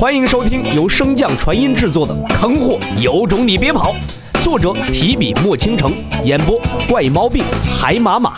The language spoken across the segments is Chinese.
欢迎收听由升降传音制作的《坑货有种你别跑》，作者提笔墨倾城，演播怪毛病海马马。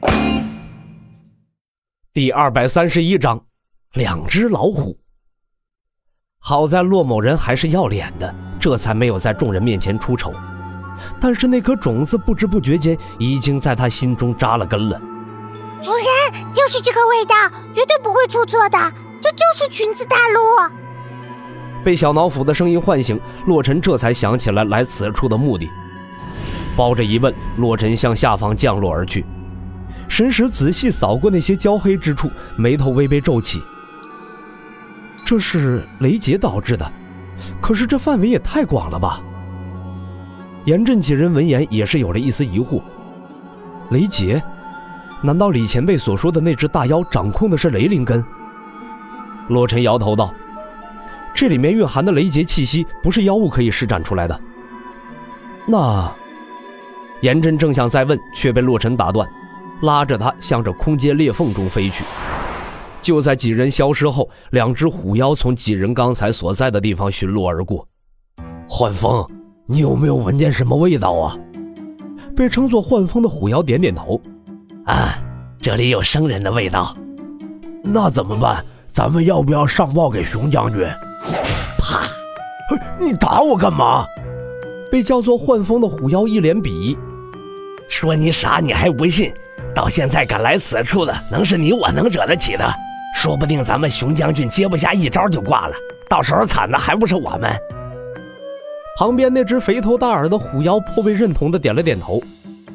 第231章，两只老虎。好在骆某人还是要脸的，这才没有在众人面前出丑。但是那颗种子不知不觉间已经在他心中扎了根了。 主人，就是这个味道，绝对不会出错的，这就是裙子大陆。 被小老虎的声音唤醒，洛尘这才想起来来此处的目的。抱着疑问，洛尘向下方降落而去，神识仔细扫过那些焦黑之处，眉头微微皱起。这是雷劫导致的，可是这范围也太广了吧？严阵几人闻言也是有了一丝疑惑。雷劫？难道李前辈所说的那只大妖掌控的是雷灵根？洛尘摇头道，这里面蕴含的雷劫气息不是妖物可以施展出来的。那严阵正想再问，却被洛尘打断，拉着他向着空间裂缝中飞去。就在几人消失后，两只虎妖从几人刚才所在的地方巡逻而过。幻风，你有没有闻见什么味道啊？被称作幻风的虎妖点点头。 啊，这里有生人的味道。 那怎么办？咱们要不要上报给熊将军？ 啪！ 你打我干嘛？ 被叫做幻风的虎妖一脸鄙夷。 说你傻你还不信？到现在敢来此处的，能是你我能惹得起的？说不定咱们熊将军接不下一招就挂了，到时候惨的还不是我们？ 旁边那只肥头大耳的虎妖颇为认同的点了点头。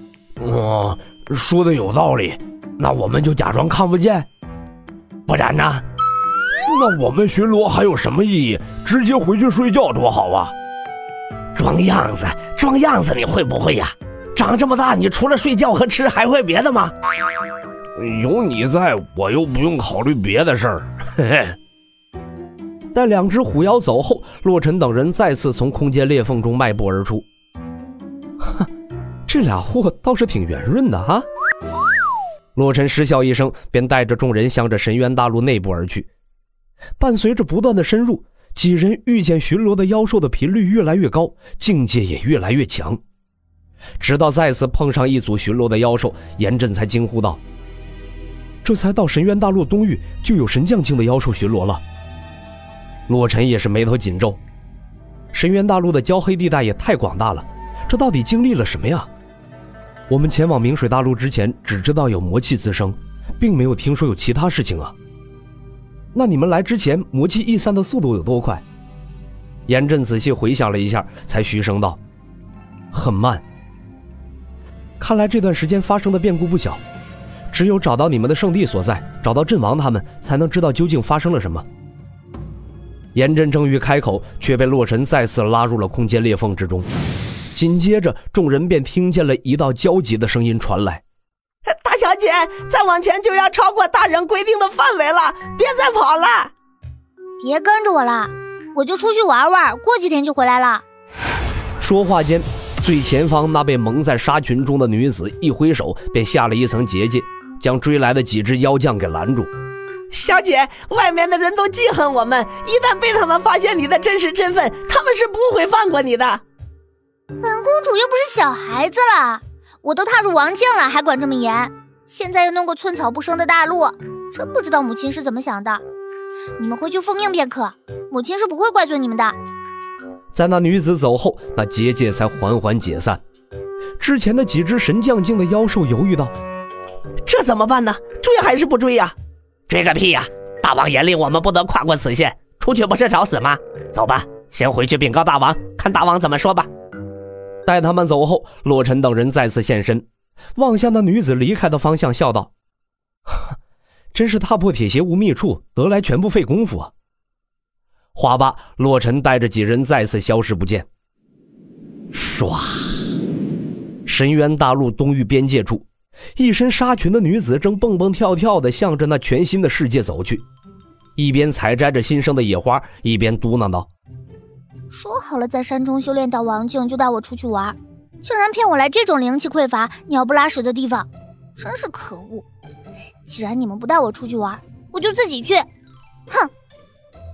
说的有道理，那我们就假装看不见。 不然呢？ 那我们巡逻还有什么意义？直接回去睡觉多好啊！ 装样子你会不会呀？长这么大你除了睡觉和吃还会别的吗？ 有你在，我又不用考虑别的事儿。嘿嘿。 待两只虎妖走后，洛尘等人再次从空间裂缝中迈步而出。这俩货倒是挺圆润的哈。洛尘失笑一声，便带着众人向着神渊大陆内部而去。伴随着不断的深入，几人遇见巡逻的妖兽的频率越来越高，境界也越来越强。直到再次碰上一组巡逻的妖兽，严阵才惊呼道：这才到神渊大陆东域，就有神将境的妖兽巡逻了。洛尘也是眉头紧皱，神渊大陆的焦黑地带也太广大了，这到底经历了什么呀？我们前往明水大陆之前只知道有魔气滋生，并没有听说有其他事情啊。那你们来之前魔气逸散的速度有多快？严阵仔细回想了一下，才嘘声道：很慢。看来这段时间发生的变故不小，只有找到你们的圣地所在，找到阵王他们，才能知道究竟发生了什么。严阵正欲开口，却被洛尘再次拉入了空间裂缝之中。紧接着众人便听见了一道焦急的声音传来： 大小姐，再往前就要超过大人规定的范围了，别再跑了。 别跟着我了，我就出去玩玩，过几天就回来了。 说话间，最前方那被蒙在纱裙中的女子一挥手，便下了一层结界，将追来的几只妖将给拦住。 小姐，外面的人都记恨我们，一旦被他们发现你的真实身份，他们是不会放过你的。 本公主又不是小孩子了，我都踏入王境了，还管这么严？现在又弄个寸草不生的大陆，真不知道母亲是怎么想的。你们回去复命便可，母亲是不会怪罪你们的。 在那女子走后，那结界才缓缓解散。之前的几只神将境的妖兽犹豫道： 这怎么办呢？追还是不追呀？ 追个屁呀！大王严令我们不得跨过此线，出去不是找死吗？走吧，先回去禀告大王，看大王怎么说吧。 待他们走后，洛尘等人再次现身，望向那女子离开的方向，笑道：真是踏破铁鞋无觅处，得来全不费功夫啊。话罢，洛尘带着几人再次消失不见。唰，神渊大陆东域边界处，一身纱裙的女子正蹦蹦跳跳地向着那全新的世界走去，一边采摘着新生的野花，一边嘟囔道： 说好了在山中修炼到王境就带我出去玩，竟然骗我来这种灵气匮乏鸟不拉屎的地方，真是可恶。既然你们不带我出去玩，我就自己去。哼！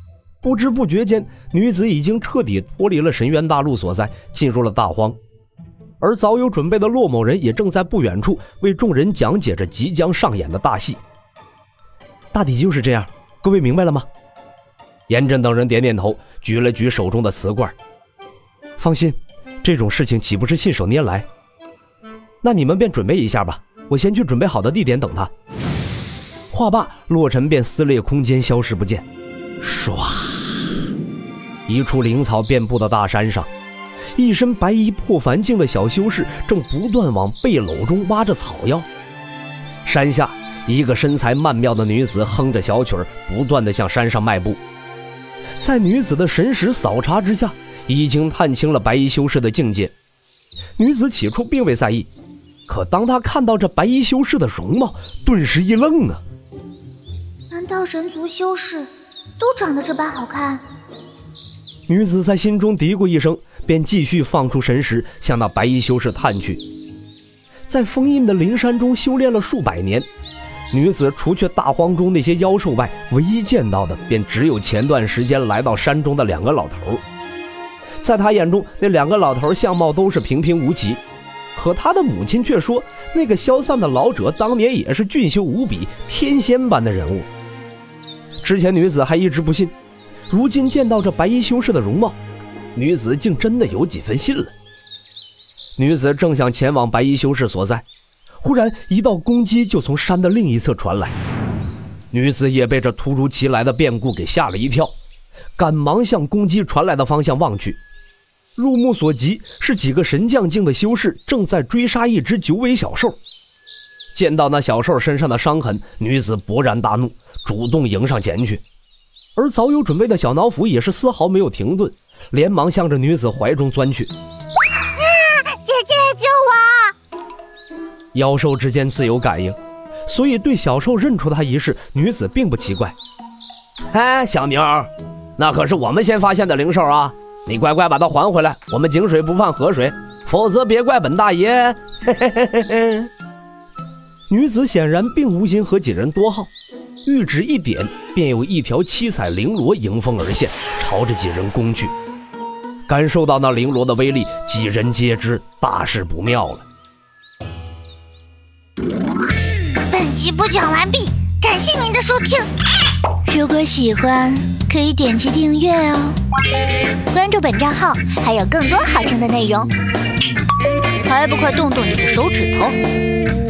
不知不觉间，女子已经彻底脱离了神渊大陆所在，进入了大荒。而早有准备的骆某人也正在不远处为众人讲解着即将上演的大戏。大抵就是这样，各位明白了吗？严震等人点点头，举了举手中的瓷罐。放心，这种事情岂不是信手拈来？那你们便准备一下吧，我先去准备好的地点等他。话罢，洛尘便撕裂空间消失不见。唰，一处灵草遍布的大山上，一身白衣破凡境的小修士正不断往背篓中挖着草药。山下，一个身材曼妙的女子哼着小曲儿，不断地向山上迈步。在女子的神识扫查之下，已经探清了白衣修士的境界。女子起初并未在意，可当她看到这白衣修士的容貌，顿时一愣啊！ 难道人族修士都长得这般好看？ 女子在心中嘀咕一声，便继续放出神识，向那白衣修士探去。在封印的灵山中修炼了数百年，女子除却大荒中那些妖兽外，唯一见到的便只有前段时间来到山中的两个老头。在她眼中，那两个老头相貌都是平平无奇，可她的母亲却说，那个消散的老者当年也是俊秀无比、天仙般的人物。之前女子还一直不信，如今见到这白衣修士的容貌，女子竟真的有几分信了。女子正想前往白衣修士所在，忽然一道攻击就从山的另一侧传来。女子也被这突如其来的变故给吓了一跳，赶忙向攻击传来的方向望去。入目所及是几个神将境的修士正在追杀一只九尾小兽。见到那小兽身上的伤痕，女子勃然大怒，主动迎上前去。而早有准备的小脑斧也是丝毫没有停顿，连忙向着女子怀中钻去。 姐姐救我！ 妖兽之间自有感应，所以对小兽认出他一事，女子并不奇怪。哎，小妞儿，那可是我们先发现的灵兽啊，你乖乖把它还回来，我们井水不犯河水，否则别怪本大爷。嘿嘿嘿嘿嘿。女子显然并无心和几人多耗，玉指一点，便有一条七彩绫罗迎风而现，朝着几人攻去。感受到那绫罗的威力，几人皆知大事不妙了。 本集播讲完毕，感谢您的收听。如果喜欢，可以点击订阅哦，关注本账号，还有更多好听的内容。还不快动动你的手指头！